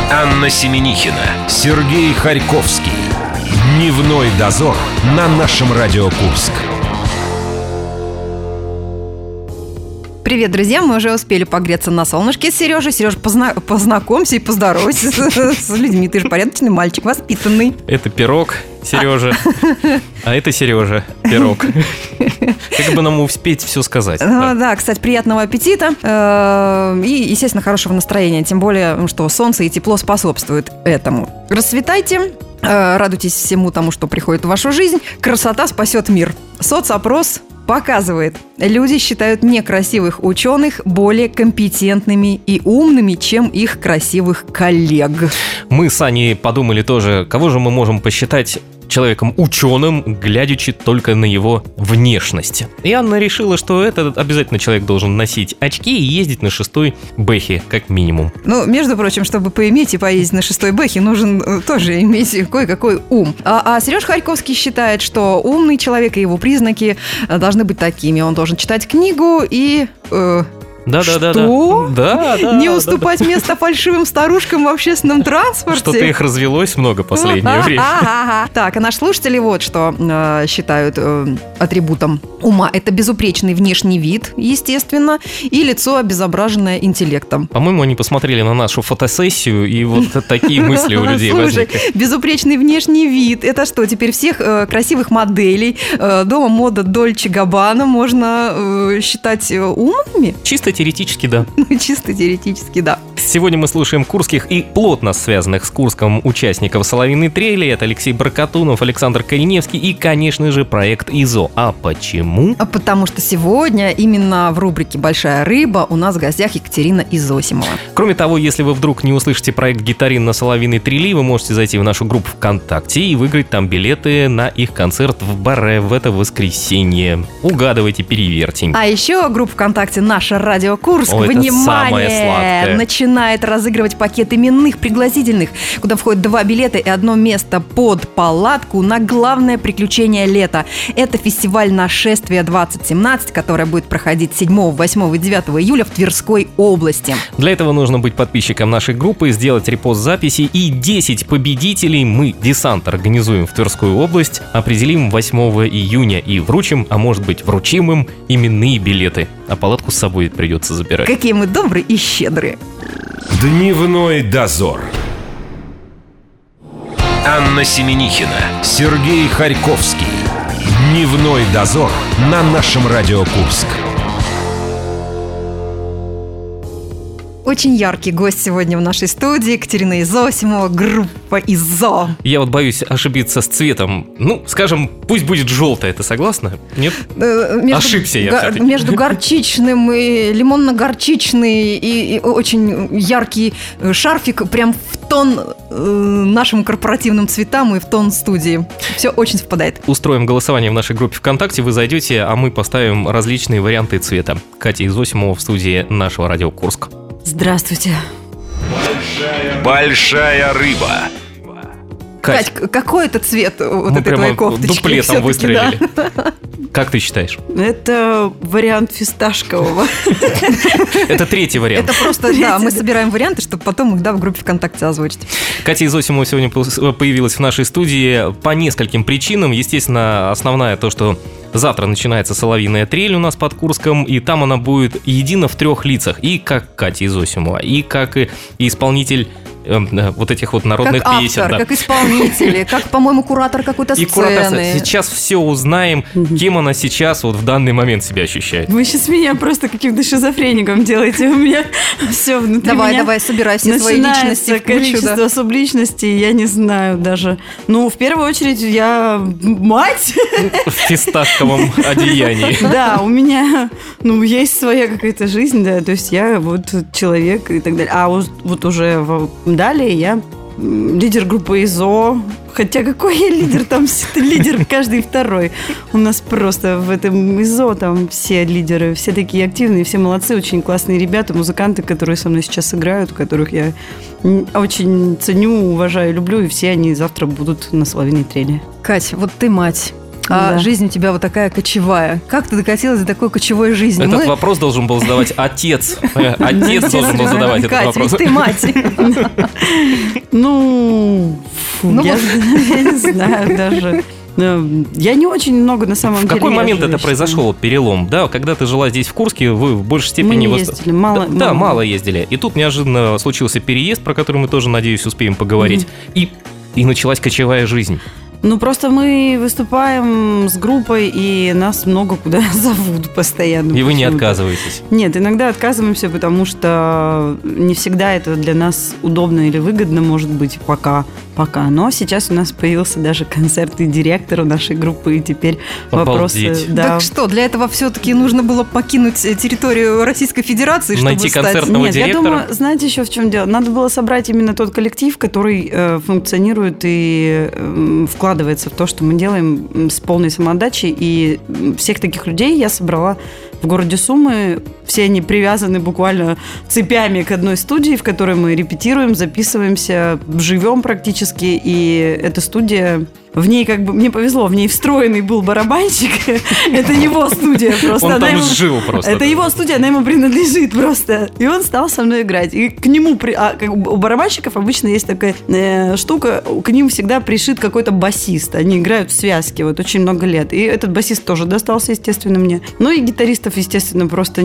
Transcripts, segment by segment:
Анна Семенихина, Сергей Харьковский. Дневной дозор на нашем Радио Курск. Привет, друзья, мы уже успели погреться на солнышке с Сережей. Сереж, познакомься и поздоровайся с людьми. Ты же порядочный мальчик, воспитанный. Это пирог, Сережа, а это Сережа, пирог. Как бы нам успеть все сказать? Да, кстати, приятного аппетита и, естественно, хорошего настроения. Тем более, что солнце и тепло способствуют этому. Расцветайте, радуйтесь всему тому, что приходит в вашу жизнь. Красота спасет мир. Соцопрос показывает, люди считают некрасивых ученых более компетентными и умными, чем их красивых коллег. Мы с Аней подумали тоже, кого же мы можем посчитать человеком ученым, глядячи только на его внешность. И Анна решила, что этот обязательно человек должен носить очки и ездить на 6-й Бэхе, как минимум. Ну, между прочим, чтобы поиметь и поездить на 6-й Бэхе, нужен тоже иметь кое-какой ум. А Сереж Харьковский считает, что умный человек и его признаки должны быть такими. Он должен читать книгу и... Да. Не уступать место фальшивым старушкам в общественном транспорте? Что-то их развелось много в последнее время. Так, а наши слушатели вот что считают атрибутом ума. Это безупречный внешний вид, естественно, и лицо, обезображенное интеллектом. По-моему, они посмотрели на нашу фотосессию, и вот такие мысли у людей возникли. Слушай, безупречный внешний вид. Это что, теперь всех красивых моделей дома мода Дольче Габбана можно считать умными? Чисто теоретически, да. Чисто теоретически, да. Сегодня мы слушаем курских и плотно связанных с Курском участников «Соловьиной трели». Это Алексей Баркатунов, Александр Кореневский и, конечно же, проект ИЗО. А почему? Потому что сегодня именно в рубрике «Большая рыба» у нас в гостях Екатерина Изосимова. Кроме того, если вы вдруг не услышите проект «Гитарин» на «Соловьиной трели», вы можете зайти в нашу группу ВКонтакте и выиграть там билеты на их концерт в Баре в это воскресенье. Угадывайте, перевертень. А еще группа ВКонтакте «Наша Радио Курск», внимание, начинает разыгрывать пакет именных пригласительных, куда входят 2 билета и 1 место под палатку на главное приключение лета. Это фестиваль «Нашествие 2017», который будет проходить 7, 8 и 9 июля в Тверской области. Для этого нужно быть подписчиком нашей группы, сделать репост записи, и 10 победителей мы, десант, организуем в Тверскую область, определим 8 июня и вручим, а может быть вручим им именные билеты. А палатку с собой придется забирать. Какие мы добрые и щедрые. Дневной дозор. Анна Семенихина, Сергей Харьковский. Дневной дозор на нашем Радио Курск. Очень яркий гость сегодня в нашей студии. Екатерина Изосимова, группа ИЗО. Я вот боюсь ошибиться с цветом. Ну, скажем, пусть будет желтое. Ты согласна? Нет? Ошибся я все-таки. Между горчичным и лимонно-горчичный и очень яркий шарфик прям в тон нашим корпоративным цветам и в тон студии. Все очень совпадает. Устроим голосование в нашей группе ВКонтакте. Вы зайдете, а мы поставим различные варианты цвета. Катя Изосимова в студии нашего Радио Курск. Здравствуйте. Большая рыба. Кать, какой это цвет вот мы этой твоей кофточки? Дуплетом выстрелили. Да. Как ты считаешь? Это вариант фисташкового. Это 3-й вариант. Это просто, да, мы собираем варианты, чтобы потом их, да, в группе ВКонтакте озвучить. Катя Изосимова сегодня появилась в нашей студии по нескольким причинам. Естественно, основная то, что завтра начинается «Соловьиная трель» у нас под Курском, и там она будет едина в 3 лицах. И как Катя Изосимова, и как и исполнитель вот этих вот народных как песен. Автор, да. Как исполнитель, как, по-моему, куратор какой-то сцены. И куратор. Сейчас все узнаем, кем она сейчас вот в данный момент себя ощущает. Вы сейчас меня просто каким-то шизофреником делаете. У меня все внутри Давай, собирай все свои личности в кучу. Количество субличностей, я не знаю даже. Ну, в первую очередь, я мать. В фисташковом одеянии. Да, у меня, есть своя какая-то жизнь, да, то есть я вот человек и так далее. А вот уже далее я лидер группы ИЗО. Хотя какой я лидер? Там лидер каждый второй. У нас просто в этом ИЗО там все лидеры, все такие активные, все молодцы, очень классные ребята, музыканты, которые со мной сейчас играют, которых я очень ценю, уважаю, люблю, и все они завтра будут на «Соловьиной трели». Кать, вот ты мать. А жизнь у тебя вот такая кочевая. Как ты докатилась до такой кочевой жизни? Этот вопрос должен был задавать отец. Отец должен был задавать этот вопрос. Кать, ты мать. Ну, я не знаю даже. Я не очень много на самом деле. В какой момент это произошел, перелом? Да, когда ты жила здесь в Курске, вы в большей степени... Мы не ездили, мало. Да, мало ездили. И тут неожиданно случился переезд, про который мы тоже, надеюсь, успеем поговорить. И началась кочевая жизнь. Ну, просто мы выступаем с группой, и нас много куда зовут постоянно. И вы не почему-то. отказываетесь? Нет, иногда отказываемся, потому что не всегда это для нас удобно или выгодно, может быть, пока. Но сейчас у нас появился даже концертный директор нашей группы, и теперь Обалдеть. вопросы... Да. Так что, для этого все-таки нужно было покинуть территорию Российской Федерации, чтобы Найти стать... концертного Нет, директора? я думаю, знаете еще в чем дело? Надо было собрать именно тот коллектив, который функционирует и вкладывается в то, что мы делаем с полной самоотдачей. И всех таких людей я собрала в городе Сумы. Все они привязаны буквально цепями к одной студии, в которой мы репетируем, записываемся, живем практически. И эта студия... В ней как бы, мне повезло, в ней встроенный был барабанщик. Это его студия просто. Он там жил просто. Это его студия, она ему принадлежит просто. И он стал со мной играть. И к нему, у барабанщиков обычно есть такая штука, к ним всегда пришит какой-то басист. Они играют в связке вот очень много лет. И этот басист тоже достался, естественно, мне. Ну и гитаристов, естественно, просто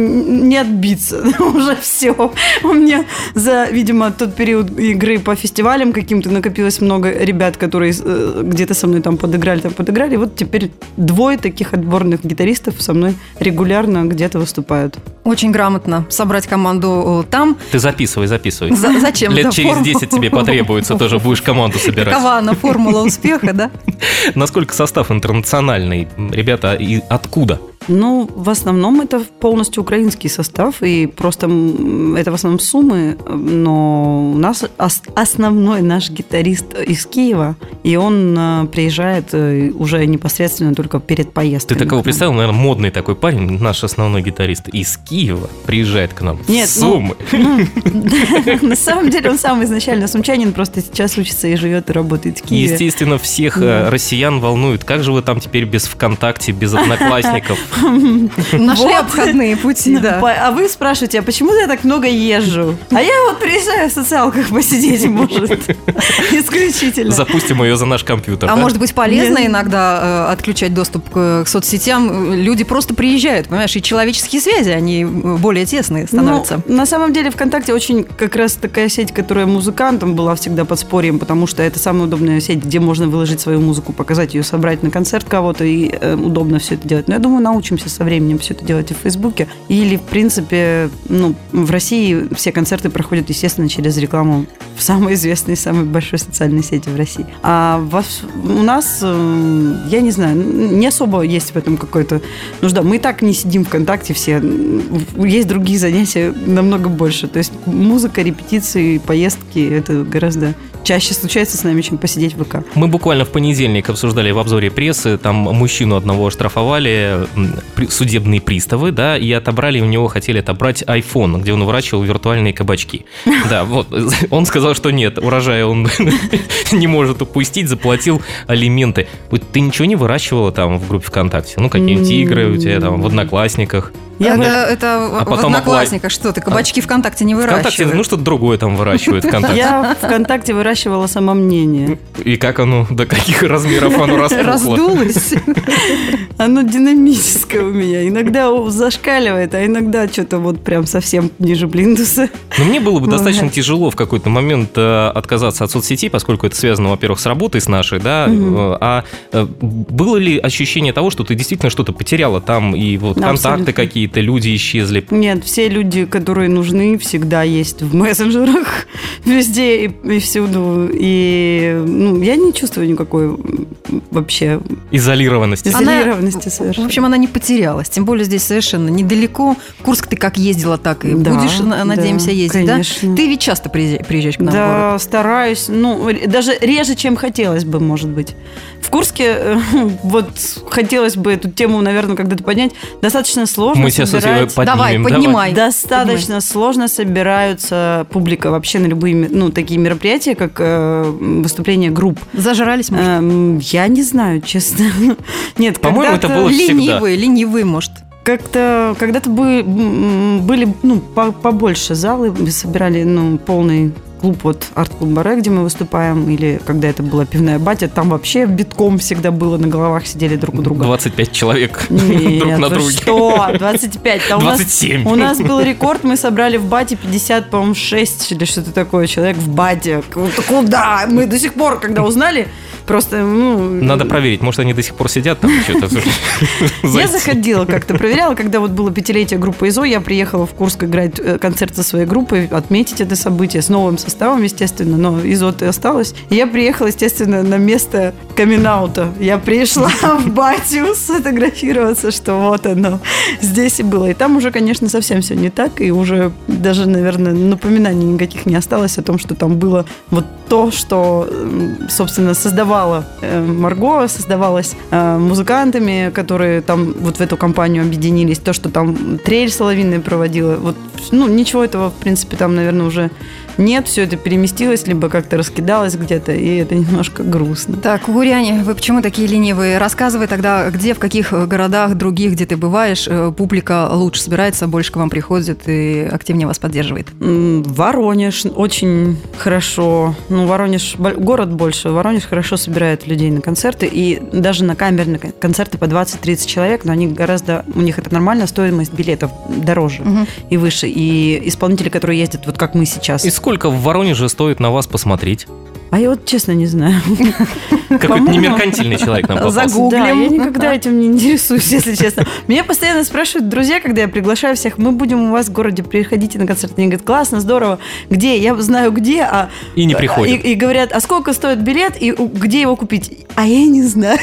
не отбиться. Уже все. У меня за, видимо, тот период игры по фестивалям каким-то накопилось много ребят, которые где-то со мной там подыграли. И вот теперь 2 таких отборных гитаристов со мной регулярно где-то выступают. Очень грамотно собрать команду там. Ты записывай. Зачем? Лет через 10 тебе потребуется, тоже будешь команду собирать. Какова она формула успеха, да? Насколько состав интернациональный? Ребята, и откуда? Ну, в основном это полностью украинский состав, и просто это в основном Сумы, но у нас основной наш гитарист из Киева, и он приезжает уже непосредственно только перед поездкой. Ты такого представил, наверное, модный такой парень, наш основной гитарист из Киева, приезжает к нам Нет, в Сумы. На самом деле он сам изначально сумчанин, просто сейчас учится и живет, и работает в Киеве. Естественно, всех россиян волнует, как же вы там теперь без ВКонтакте, без Одноклассников? Нашли обходные пути, да. А вы спрашиваете, а почему я так много езжу? А я вот приезжаю в социалках посидеть, может. Исключительно. Запустим ее за наш компьютер. А да? может быть, полезно иногда отключать доступ к соцсетям? Люди просто приезжают, понимаешь, и человеческие связи, они более тесные становятся. Ну, на самом деле ВКонтакте очень как раз такая сеть, которая музыкантам была всегда подспорьем, потому что это самая удобная сеть, где можно выложить свою музыку, показать ее, собрать на концерт кого-то, и удобно все это делать. Но я думаю, научимся со временем все это делать и в Фейсбуке. Или, в принципе, в России все концерты проходят, естественно, через рекламу в самой известной, самой большой социальной сети в России. А у нас, я не знаю, не особо есть в этом какой-то нужда. Мы и так не сидим ВКонтакте все. Есть другие занятия намного больше. То есть музыка, репетиции, поездки, это гораздо чаще случается с нами, чем посидеть в ВК. Мы буквально в понедельник обсуждали в обзоре прессы, там мужчину одного оштрафовали судебные приставы, да, и хотели отобрать iPhone, где он выращивал виртуальные кабачки. Да, вот, он сказал, что нет, урожая он не может упустить, заплатил алименты. Ты ничего не выращивала там в группе ВКонтакте? Ну, какие-нибудь игры у тебя там в Одноклассниках? Это в Одноклассниках, что ты кабачки ВКонтакте не выращиваешь? ВКонтакте, что-то другое там выращивает ВКонтакте. Я ВКонтакте выращивала самомнение. И как оно, до каких размеров оно распухло? Раздулось. Оно динамическое у меня. Иногда зашкаливает, а иногда что-то вот прям совсем ниже плинтуса. Но мне было бы достаточно тяжело в какой-то момент отказаться от соцсетей, поскольку это связано, во-первых, с работой с нашей, да, а было ли ощущение того, что ты действительно что-то потеряла там, и вот контакты какие-то, люди исчезли? Нет, все люди, которые нужны, всегда есть в мессенджерах, везде и всюду. И я не чувствую никакой вообще изолированности совершенно. В общем, она не потерялась. Тем более здесь совершенно недалеко. В Курск ты как ездила, так и будешь, надеемся, ездить, конечно. Да? Ты ведь часто приезжаешь к нам в Да, город? стараюсь. Даже реже, чем хотелось бы, может быть. В Курске вот хотелось бы эту тему, наверное, когда-то поднять. Достаточно сложно Мы сейчас собирать. Давай, поднимай. Достаточно сложно собираются публика вообще на любые такие мероприятия, как выступления групп. Зажрались, может? Я не знаю, честно. Нет, по-моему, это было всегда. Ленивые, может. Как-то когда-то были побольше залы, собирали полный клуб, вот арт-клуб Баре, где мы выступаем, или когда это была пивная батя, там вообще битком всегда было, на головах сидели друг у друга. 25 человек Нет, друг на друге. Что? 25. 27. У нас был рекорд, мы собрали в бате 50, по-моему, 6 или что-то такое, человек в бате. Куда? Мы до сих пор, когда узнали, просто, Надо проверить, может, они до сих пор сидят там что-то. Я заходила как-то, проверяла, когда вот было 5-летие группы ИЗО, я приехала в Курск играть концерт со своей группой, отметить это событие с новым составом, естественно, но ИЗО-то осталось. Я приехала, естественно, на место камин-аута. Я пришла в батю сфотографироваться, что вот оно здесь и было. И там уже, конечно, совсем все не так, и уже даже, наверное, напоминаний никаких не осталось о том, что там было вот то, что, собственно, создавала Марго, создавалось музыкантами, которые там вот в эту компанию объединились, то, что там Трель соловьиная проводила. Вот, ничего этого, в принципе, там, наверное, уже нет, все это переместилось, либо как-то раскидалось где-то, и это немножко грустно. Так, Кугуряне, вы почему такие ленивые? Рассказывай тогда, где, в каких городах других, где ты бываешь, публика лучше собирается, больше к вам приходит и активнее вас поддерживает? Воронеж очень хорошо. Воронеж, город больше. Воронеж хорошо собирает людей на концерты, и даже на камерные концерты по 20-30 человек, но они гораздо, у них это нормально, стоимость билетов дороже и выше. И исполнители, которые ездят, вот как мы сейчас. И сколько в Воронеже стоит на вас посмотреть? А я вот честно не знаю. Какой-то немеркантильный человек нам попался. Загуглим. Да, я никогда этим не интересуюсь, если честно. Меня постоянно спрашивают друзья, когда я приглашаю всех, мы будем у вас в городе, приходите на концерт. Они говорят, классно, здорово. Где? Я знаю где. И не приходят. И говорят, а сколько стоит билет и где его купить? А я не знаю.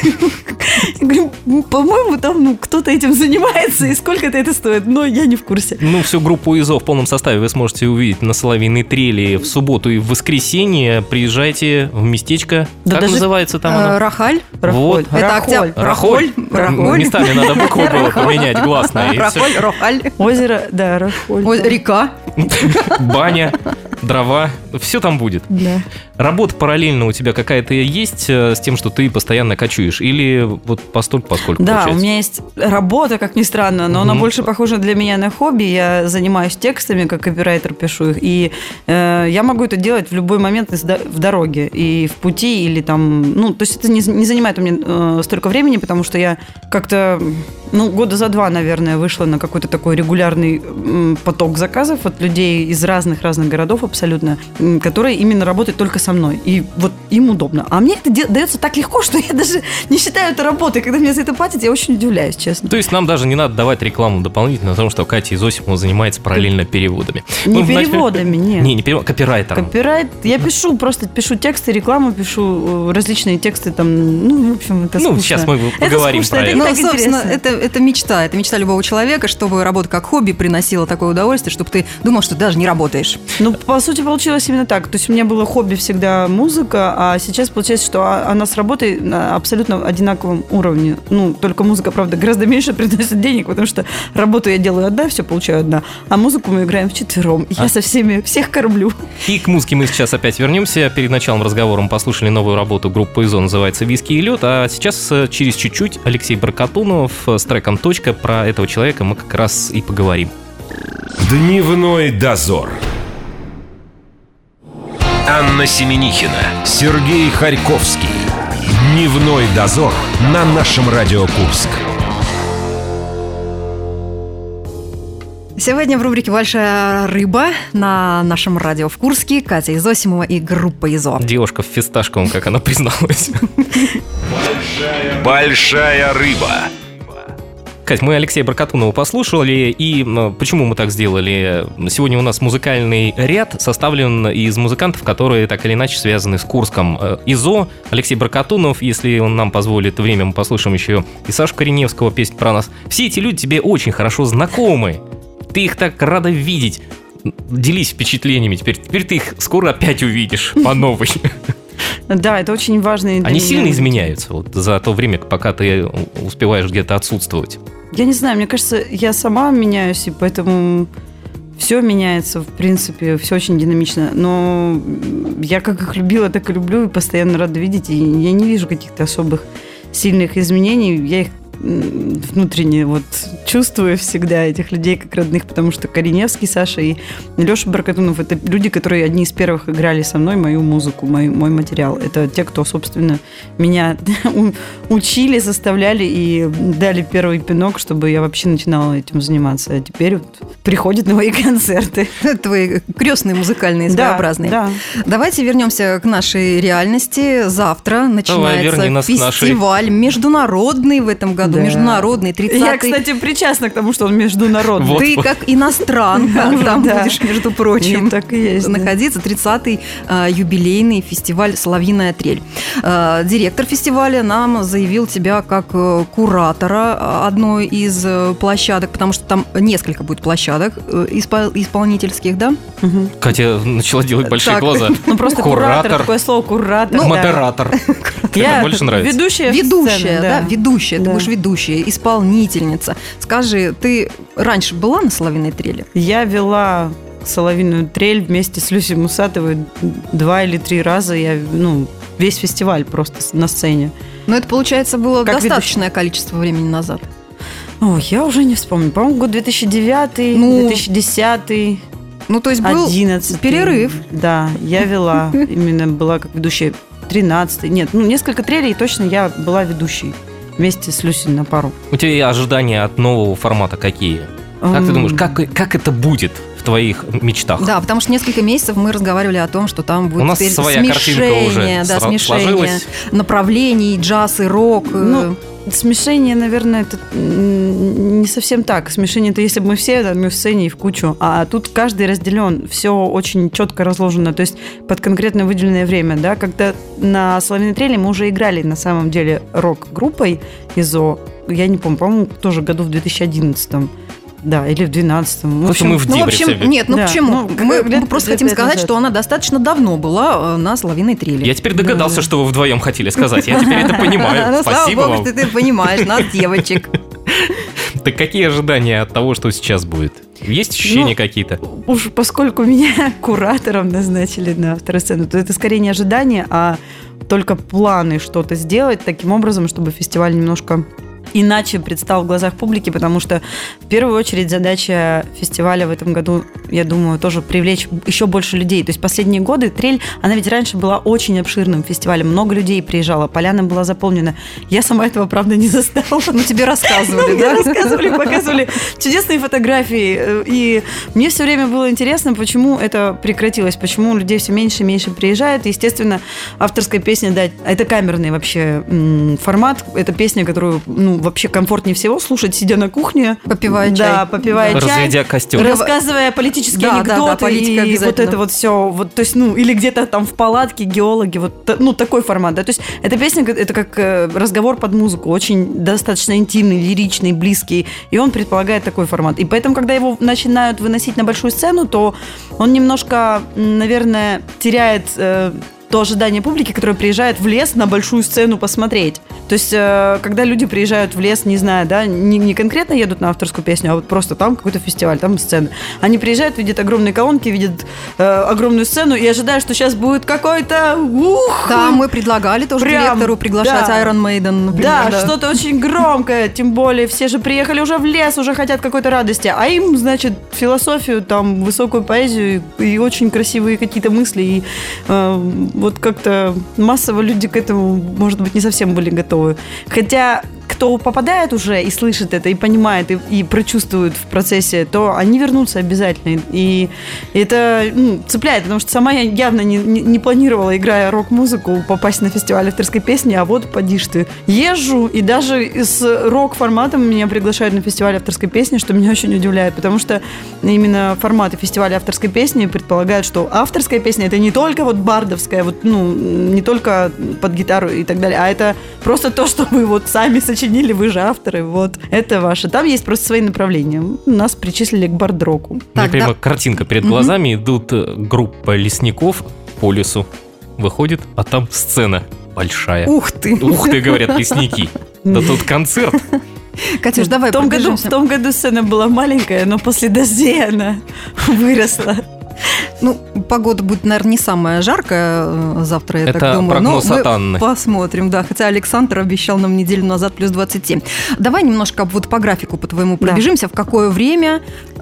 Я говорю, по-моему, там кто-то этим занимается, и сколько-то это стоит, но я не в курсе. Всю группу ИЗО в полном составе вы сможете увидеть на Соловьиной трели в субботу и в воскресенье. Приезжайте в местечко. Да, как даже называется там оно? Рахаль. Вот. Это октябрь. Рахоль. Рахоль. Местами надо букву было поменять, гласное. и всё. Рахоль, Рахаль. Озеро, да, Рахоль. Река. Баня, дрова, все там будет. Да. Работа параллельно у тебя какая-то есть с тем, что ты постоянно кочуешь? Или вот постольку, поскольку Да, получается? у меня есть работа, как ни странно, но она больше похожа для меня на хобби. Я занимаюсь текстами, как копирайтер пишу их, и я могу это делать в любой момент в дороге, и в пути, или там... то есть это не занимает у меня столько времени, потому что я как-то, года за 2, наверное, вышла на какой-то такой регулярный поток заказов от людей из разных городов абсолютно, которые именно работают только со мной. И вот им удобно. А мне это дается так легко, что я даже не считаю это работой. Когда мне за это платят, я очень удивляюсь, честно. То есть нам даже не надо давать рекламу дополнительно о том, что Катя Изосимова занимается параллельно переводами. Не переводами, нет. Не переводами, копирайтером. Я просто пишу тексты, рекламу, пишу различные тексты там, в общем, это скучно. Сейчас мы поговорим скучно, про это. Ну, так собственно, интересно. это мечта. Это мечта любого человека, чтобы работа как хобби приносила такое удовольствие, чтобы ты думал, что ты даже не работаешь. По сути, получилось именно так. То есть у меня было хобби всегда музыка, а сейчас получается, что она с работой на абсолютно одинаковом уровне. Только музыка, правда, гораздо меньше приносит денег, потому что работу я делаю одна, все получаю одна, а музыку мы играем вчетвером. Я со всех кормлю. И к музыке мы сейчас опять вернемся. Перед началом разговора мы послушали новую работу группы ИЗО, называется «Виски и лед». А сейчас через чуть-чуть Алексей Баркатунов с треком «Точка». Про этого человека мы как раз и поговорим. Дневной дозор. Анна Семенихина, Сергей Харьковский. Дневной дозор на нашем Радио Курск. Сегодня в рубрике «Большая рыба» на нашем радио в Курске Катя Изосимова и группа ИЗО. Девушка в фисташковом, как она призналась. Большая рыба. Кать, мы Алексея Баркатунова послушали, и почему мы так сделали? Сегодня у нас музыкальный ряд составлен из музыкантов, которые так или иначе связаны с Курском. ИЗО, Алексей Баркатунов, если он нам позволит время, мы послушаем еще и Сашу Кореневского, песню про нас. Все эти люди тебе очень хорошо знакомы. Ты их так рада видеть. Делись впечатлениями теперь. Теперь ты их скоро опять увидишь по новой. Да, это очень важно. Они сильно изменяются вот за то время, пока ты успеваешь где-то отсутствовать? Я не знаю, мне кажется, я сама меняюсь, и поэтому все меняется, в принципе, все очень динамично. Но я как их любила, так и люблю, и постоянно рада видеть, и я не вижу каких-то особых сильных изменений. Я их внутренне вот чувствую всегда этих людей как родных, потому что Кореневский Саша и Леша Баркатунов – это люди, которые одни из первых играли со мной мою музыку, мой материал. Это те, кто, собственно, меня учили, заставляли и дали первый пинок, чтобы я вообще начинала этим заниматься. А теперь вот приходят на мои концерты. Твои крестные музыкальные, своеобразные. Да. Давайте вернемся к нашей реальности. Завтра начинается фестиваль международный в этом году. Да. Международный, 30-й. Я, кстати, причастна к тому, что он международный. Ты как иностранка там будешь, между прочим, так и есть, находиться. 30-й юбилейный фестиваль «Соловьиная трель». Директор фестиваля нам заявил тебя как куратора одной из площадок, потому что там несколько будет площадок исполнительских, да? Угу. Катя начала делать большие глаза. Ну просто куратор, такое слово куратор. Модератор. Я больше нравится. Ведущая, да, ведущая. Ты будешь ведущая, исполнительница. Скажи, ты раньше была на «Соловьиной трели»? Я вела «Соловьиную трель» вместе с Люсей Мусатовой 2 или 3 раза. Я, весь фестиваль просто на сцене. Но это, получается, было как достаточное количество времени назад. Я уже не вспомню. По-моему, год 2009, 2010. То есть был 11 перерыв. Да, я вела, именно была как ведущая. 13-й. Нет, несколько трелей точно я была ведущей вместе с Люсей на пару. У тебя ожидания от нового формата какие? Как ты думаешь, как это будет в твоих мечтах? Да, потому что несколько месяцев мы разговаривали о том, что там будет у нас своя смешение, смешение направлений, джаз и рок. Смешение, наверное, это не совсем так. Смешение – это если бы мы все мы в сцене и в кучу. А тут каждый разделен, все очень четко разложено, то есть под конкретно выделенное время. Да? Когда на «Соловьиной трели» мы уже играли, на самом деле, рок-группой ИЗО. Я не помню, по-моему, тоже году в 2011-м. Да, или в 12-м. Просто мы в дебри Нет, почему? Мы просто хотим сказать, что она достаточно давно была на «Соловьиной трели». Я теперь догадался, что вы вдвоем хотели сказать. Я теперь это понимаю. Спасибо вам. Слава богу, что ты понимаешь нас, девочек. Так какие ожидания от того, что сейчас будет? Есть ощущения какие-то? Уж поскольку меня куратором назначили на вторую сцену, то это скорее не ожидания, а только планы что-то сделать таким образом, чтобы фестиваль немножко иначе предстал в глазах публики, потому что в первую очередь задача фестиваля в этом году, я думаю, тоже привлечь еще больше людей. То есть последние годы «Трель», она ведь раньше была очень обширным фестивалем, много людей приезжало, поляна была заполнена. Я сама этого, правда, не застала. Тебе рассказывали, да? Рассказывали, показывали чудесные фотографии. И мне все время было интересно, почему это прекратилось, почему людей все меньше и меньше приезжает. Естественно, авторская песня, да, это камерный вообще формат, это песня, которую, вообще комфортнее всего слушать, сидя на кухне. Попивая чай. Да, попивая чай. Разведя костер. Рассказывая политические анекдоты. И вот это вот все. То есть, или где-то там в палатке геологи. Такой формат. Да? То есть, эта песня, это как разговор под музыку. Очень достаточно интимный, лиричный, близкий. И он предполагает такой формат. И поэтому, когда его начинают выносить на большую сцену, то он немножко, наверное, теряет то ожидание публики, которая приезжает в лес на большую сцену посмотреть. То есть, когда люди приезжают в лес, не знаю, да, не конкретно едут на авторскую песню, а вот просто там какой-то фестиваль, там сцена. Они приезжают, видят огромные колонки, видят огромную сцену и ожидают, что сейчас будет какой-то Да, мы предлагали тоже директору приглашать Iron Maiden, например. Да, что-то очень громкое, тем более все же приехали уже в лес, уже хотят какой-то радости, а им, значит, философию, там, высокую поэзию и очень красивые какие-то мысли, и вот как-то массово люди к этому, может быть, не совсем были готовы. Хотя кто попадает уже и слышит это, и понимает, и прочувствует в процессе, то они вернутся обязательно. И это цепляет, потому что сама я явно не планировала, играя рок-музыку, попасть на фестиваль авторской песни, а вот поди ж ты. Езжу, и даже с рок-форматом меня приглашают на фестиваль авторской песни, что меня очень удивляет, потому что именно форматы фестиваля авторской песни предполагают, что авторская песня — это не только вот бардовская, вот, не только под гитару и так далее, а это просто то, что вы вот сами сочинили, вы же авторы, вот, это ваше. Там есть просто свои направления. Нас причислили к бард-року. Так, прямо картинка перед глазами, идут группа лесников по лесу, выходит, а там сцена большая. Ух ты! Ух ты, говорят лесники. Да тут концерт. Катюш, давай В том году сцена была маленькая, но после дождей она выросла. Ну, погода будет, наверное, не самая жаркая завтра, я Это так думаю. прогноз Но от Анны. посмотрим, да. Хотя Александр обещал нам неделю назад плюс 27. Давай немножко вот по графику по твоему пробежимся. В какое время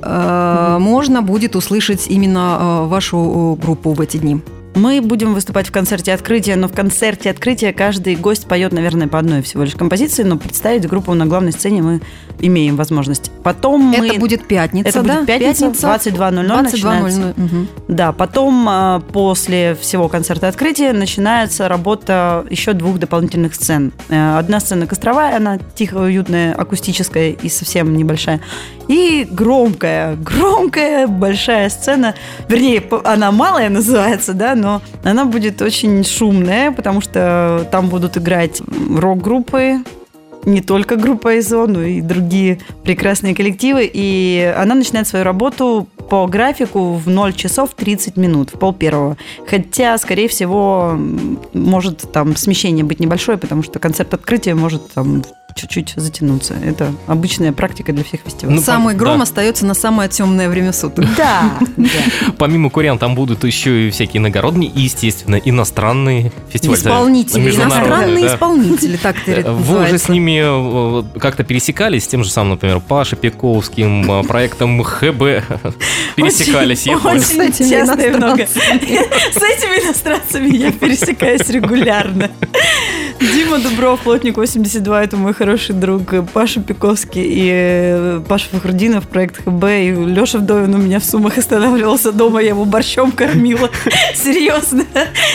можно будет услышать именно вашу группу в эти дни? Мы будем выступать в концерте открытия, но в концерте открытия каждый гость поет, наверное, по одной всего лишь композиции, но представить группу на главной сцене мы имеем возможность. Потом это будет пятница, это да? будет пятница, 22:00 начинается. Угу. Да, потом после всего концерта открытия начинается работа еще 2 дополнительных сцен. Одна сцена костровая, она тихая, уютная, акустическая и совсем небольшая. И громкая большая сцена. Вернее, она малая называется, да, но она будет очень шумная, потому что там будут играть рок-группы, не только группа ИЗО, но и другие прекрасные коллективы. И она начинает свою работу по графику в 0 часов 30 минут, в 12:30. Хотя, скорее всего, может там смещение быть небольшое, потому что концерт открытия может там чуть-чуть затянуться. Это обычная практика для всех фестивалей. Ну, самый гром остается на самое темное время суток. Да. Помимо курян, там будут еще и всякие иногородние и, естественно, иностранные фестивали. Исполнители, иностранные исполнители, так это называется. Вы уже с ними как-то пересекались, с тем же самым, например, Пашей Пиковским, проектом ХБ пересекались, я понял. Очень честно и много. С этими иностранцами я пересекаюсь регулярно. Дима Дубров, плотник 82, это мой хороший друг. Паша Пиковский и Паша Фахрудинов, проект ХБ. И Леша Вдовин у меня в Сумах останавливался дома, я его борщом кормила. Серьезно.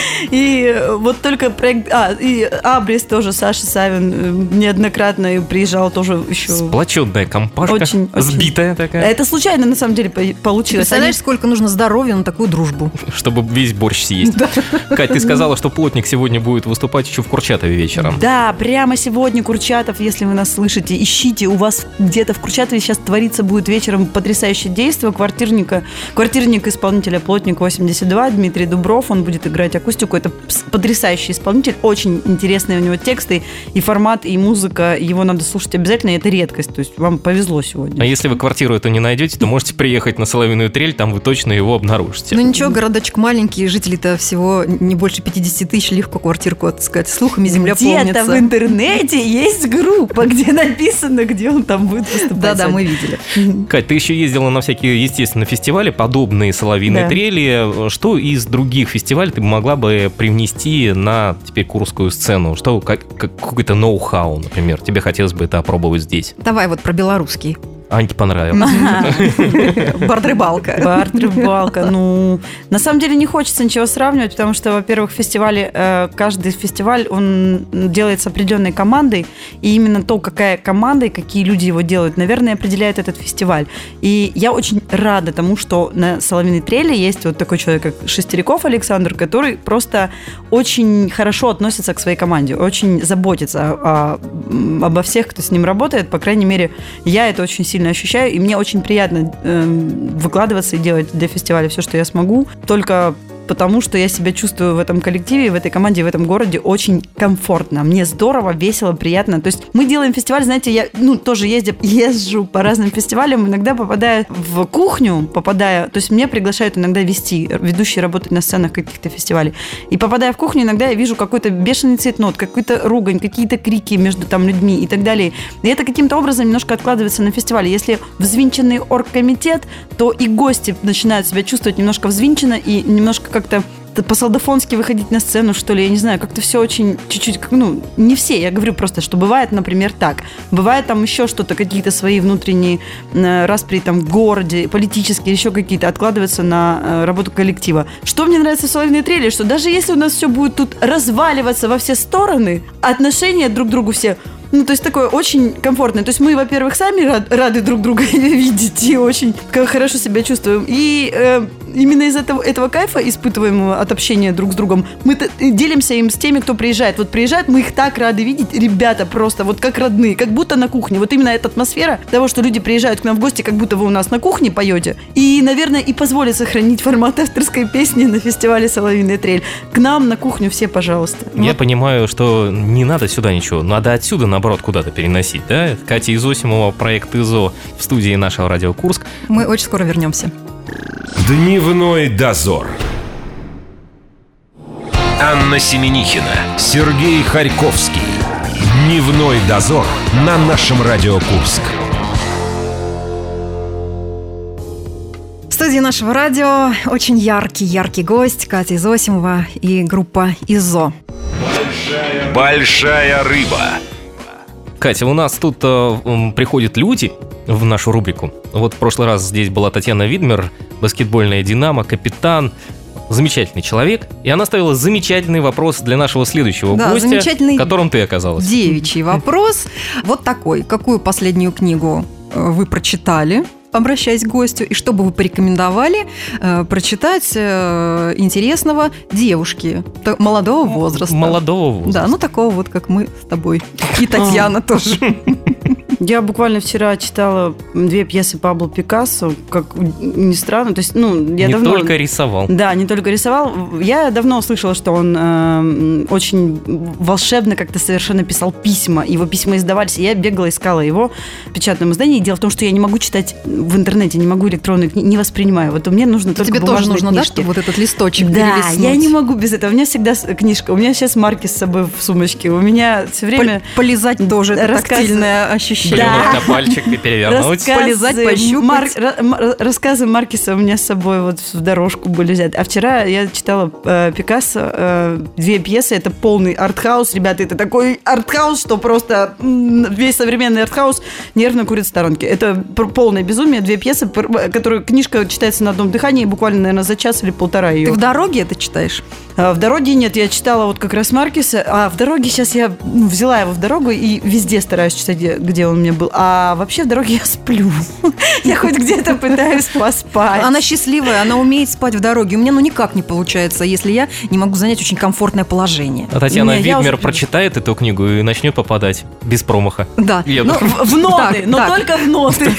И вот только проект... и Абрис тоже, Саша Савин неоднократно приезжал тоже еще... Сплоченная компашка, очень сбитая такая. Это случайно, на самом деле, получилось. Представляешь, сколько нужно здоровья на такую дружбу? Чтобы весь борщ съесть. Кать, ты сказала, что плотник сегодня будет выступать еще в Курчатове вечером. Да, прямо сегодня Курчатов, если вы нас слышите, ищите, у вас где-то в Курчатове сейчас твориться будет вечером потрясающее действие квартирник исполнителя Плотник 82, Дмитрий Дубров, он будет играть акустику, это потрясающий исполнитель, очень интересные у него тексты, и формат, и музыка, его надо слушать обязательно, и это редкость, то есть вам повезло сегодня. А если вы квартиру эту не найдете, то можете приехать на Соловьиную Трель, там вы точно его обнаружите. Ну ничего, городочек маленький, жителей-то всего не больше 50 тысяч, легко квартирку отыскать, слухами земля полнится. Где-то в интернете есть группа, где написано, где он там будет выступать. Да-да, мы видели. Кать, ты еще ездила на всякие, естественно, фестивали, подобные Соловьиной Трели. Что из других фестивалей ты могла бы привнести на теперь курскую сцену? Что, какой-то ноу-хау, например, тебе хотелось бы это опробовать здесь? Давай вот про белорусский. Аньке понравилось. Бард-рыбалка. Бард-рыбалка. Ну, на самом деле не хочется ничего сравнивать, потому что, во-первых, каждый фестиваль, он делается определенной командой, и именно то, какая команда и какие люди его делают, наверное, определяет этот фестиваль. И я очень рада тому, что на Соловьиной Трели есть вот такой человек, как Шестеряков Александр, который просто очень хорошо относится к своей команде, очень заботится обо всех, кто с ним работает. По крайней мере, я это очень сильно ощущаю, и мне очень приятно выкладываться и делать для фестиваля все, что я смогу, только потому что я себя чувствую в этом коллективе, в этой команде, в этом городе очень комфортно. Мне здорово, весело, приятно. То есть мы делаем фестиваль, знаете, я тоже езжу по разным фестивалям, иногда попадая в кухню, то есть меня приглашают иногда ведущие работать на сценах каких-то фестивалей. И попадая в кухню, иногда я вижу какой-то бешеный цветнот, какую-то ругань, какие-то крики между там людьми и так далее. И это каким-то образом немножко откладывается на фестивале. Если взвинченный оргкомитет, то и гости начинают себя чувствовать немножко взвинченно и немножко как-то по-солдафонски выходить на сцену, что ли, я не знаю, как-то все очень чуть-чуть, не все, я говорю просто, что бывает, например, так. Бывает там еще что-то, какие-то свои внутренние распри там в городе, политические, еще какие-то, откладываются на работу коллектива. Что мне нравится в Соловьиной Трели, что даже если у нас все будет тут разваливаться во все стороны, отношения друг к другу все... то есть такое очень комфортное. То есть мы, во-первых, сами рады друг друга видеть и очень хорошо себя чувствуем. И именно из этого кайфа, испытываемого от общения друг с другом, мы делимся им с теми, кто приезжает. Вот приезжают, мы их так рады видеть. Ребята просто вот как родные, как будто на кухне. Вот именно эта атмосфера того, что люди приезжают к нам в гости, как будто вы у нас на кухне поете. И, наверное, и позволит сохранить формат авторской песни на фестивале «Соловьиная Трель». К нам на кухню все, пожалуйста. Я понимаю, что не надо сюда ничего, надо отсюда, наоборот, куда-то переносить, да? Катя Изосимова, проект ИЗО в студии нашего радио Курск. Мы очень скоро вернемся. Дневной дозор. Анна Семенихина, Сергей Харьковский. Дневной дозор на нашем Радио Курск. В студии нашего радио очень яркий гость Катя Изосимова и группа ИЗО. Большая рыба. Катя, у нас тут приходят люди в нашу рубрику. Вот в прошлый раз здесь была Татьяна Видмер, баскетбольная «Динамо», капитан, замечательный человек. И она ставила замечательный вопрос для нашего следующего гостя, замечательный которым ты оказалась. Девичий вопрос. Вот такой. Какую последнюю книгу вы прочитали, обращаясь к гостю, и что бы вы порекомендовали прочитать интересного девушке молодого возраста? Молодого возраста. Да, ну такого вот, как мы с тобой. И Татьяна тоже. Я буквально вчера читала 2 пьесы Пабло Пикассо, как ни странно. То есть, я не давно... только рисовал. Да, не только рисовал. Я давно слышала, что он очень волшебно как-то совершенно писал письма. Его письма издавались, и я бегала, искала его в печатном издании. Дело в том, что я не могу читать в интернете, не могу электронные книги, не воспринимаю. Вот мне нужно только тебе бумажные тоже нужно, книжки. да, чтобы вот этот листочек Да, перелистнуть? я не могу без этого. У меня всегда книжка. У меня сейчас марки с собой в сумочке. У меня все время... Полизать тоже это тактильное ощущение. Плюнуть на пальчик и перевернуть. Полизать, пощупать. Рассказы Маркеса у меня с собой вот в дорожку были взяты. А вчера я читала Пикассо, 2 пьесы. Это полный артхаус. Ребята, это такой артхаус, что просто весь современный артхаус нервно курит в сторонке. Это полное безумие. 2 пьесы, которые книжка читается на одном дыхании, буквально, наверное, за час или полтора ее. Ты в дороге это читаешь? В дороге нет, я читала вот как раз Маркеса, а в дороге сейчас я взяла его в дорогу и везде стараюсь читать, где он у меня был. А вообще в дороге я сплю. Я хоть где-то пытаюсь поспать. Она счастливая, она умеет спать в дороге. У меня никак не получается, если я не могу занять очень комфортное положение. А Татьяна Не, я Видмер уже- прочитает эту книгу и начнет попадать без промаха. Да. Я Ну, думаю, В ноты, Так, но так. только в ноты.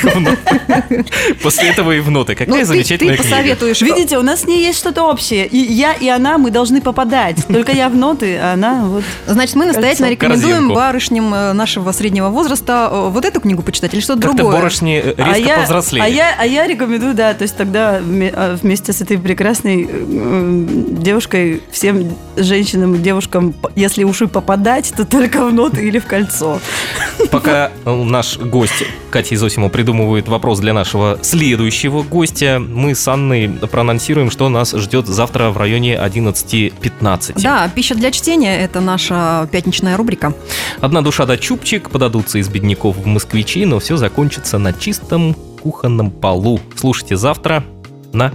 После этого и в ноты. Какая ты замечательная книга. посоветуешь. Видите, у нас с ней есть что-то общее. И я, и она, мы должны попадать. Только я в ноты, а она вот... Значит, мы настоятельно Кольцо. рекомендуем Корзинку. барышням нашего среднего возраста вот эту книгу почитать или что-то Как-то другое. барышни резко повзрослели. А я рекомендую, да, то есть тогда вместе с этой прекрасной девушкой всем женщинам и девушкам, если уж и попадать, то только в ноты или в кольцо. Пока наш гость Катя Изосимова придумывает вопрос для нашего следующего гостя, мы с Анной проанонсируем, что нас ждет завтра в районе 11:15. Да, пища для чтения – это наша пятничная рубрика. Одна душа да чубчик, подадутся из бедняков в москвичи, но все закончится на чистом кухонном полу. Слушайте завтра на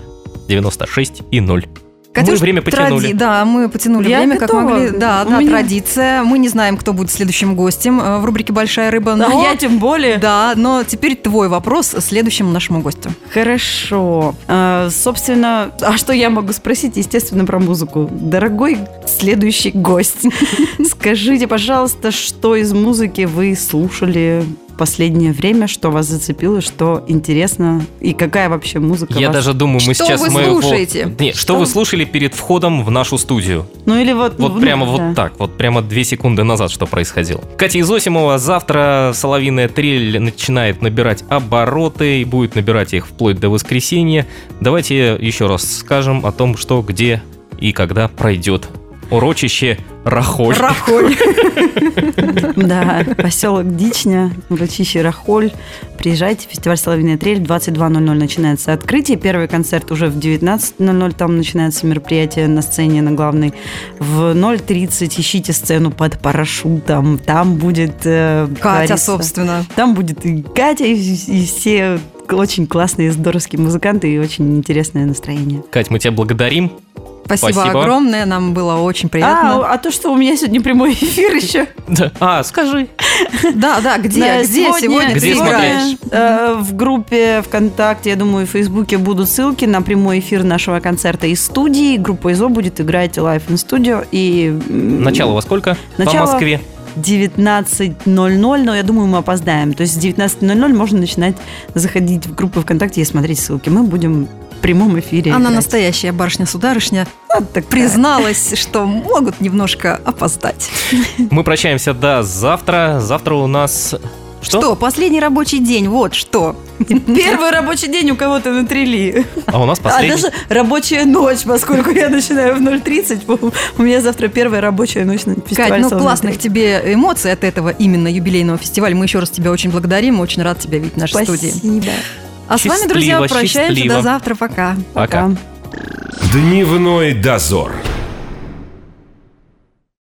96,0. Мы Катюш, время потянули. Да, мы потянули Я время, как готова. могли. Да, У да, меня- традиция. Мы не знаем, кто будет следующим гостем в рубрике «Большая рыба», А но... я тем более. Да, но теперь твой вопрос следующему нашему гостю. Хорошо. Собственно, а что я могу спросить? Естественно, про музыку. Дорогой следующий гость, скажите, пожалуйста, что из музыки вы слушали в последнее время, что вас зацепило, что интересно, и какая вообще музыка Я вас... даже думаю, мы Что сейчас вы моего... слушаете? Нет, что вы слушали перед входом в нашу студию? Ну или вот... Вот ну, прямо да. вот так, вот прямо 2 секунды назад что происходило. Катя Изосимова завтра соловьиная трель начинает набирать обороты и будет набирать их вплоть до воскресенья. Давайте еще раз скажем о том, что, где и когда пройдет урочище Рахоль. Рахоль. Да, поселок Дичня, урочище Рахоль. Приезжайте, фестиваль «Соловьиная трель», в 22:00 начинается открытие. Первый концерт уже в 19:00, там начинается мероприятие на сцене, на главной. В 0:30 ищите сцену под парашютом, там будет... Катя, Лариса. собственно. Там будет и Катя, и все очень классные, здоровские музыканты, и очень интересное настроение. Кать, мы тебя благодарим. Спасибо огромное, нам было очень приятно. А то, что у меня сегодня прямой эфир еще. Да. Скажи. Да, где сегодня Где ты играешь? В группе ВКонтакте, я думаю, в Фейсбуке будут ссылки на прямой эфир нашего концерта из студии. Группа ИЗО будет играть Live in Studio. И Начало во сколько? Начало- По Москве. 19:00, но я думаю, мы опоздаем. То есть с 19:00 можно начинать заходить в группу ВКонтакте и смотреть ссылки. Мы будем в прямом эфире Она играть. настоящая барышня-сударышня. Вот такая. Призналась, что могут немножко опоздать. Мы прощаемся до завтра. Завтра у нас Что? Последний рабочий день, вот что. Первый рабочий день у кого-то на Трили. А у нас последний. А даже рабочая ночь, поскольку я начинаю в 0:30, у меня завтра первая рабочая ночь на фестивале. Кать, классных тебе эмоций от этого именно юбилейного фестиваля. Мы еще раз тебя очень благодарим, очень рад тебя видеть в нашей студии. Спасибо. А с вами, друзья, прощаемся счастливо. до завтра. Пока. Пока. Дневной дозор.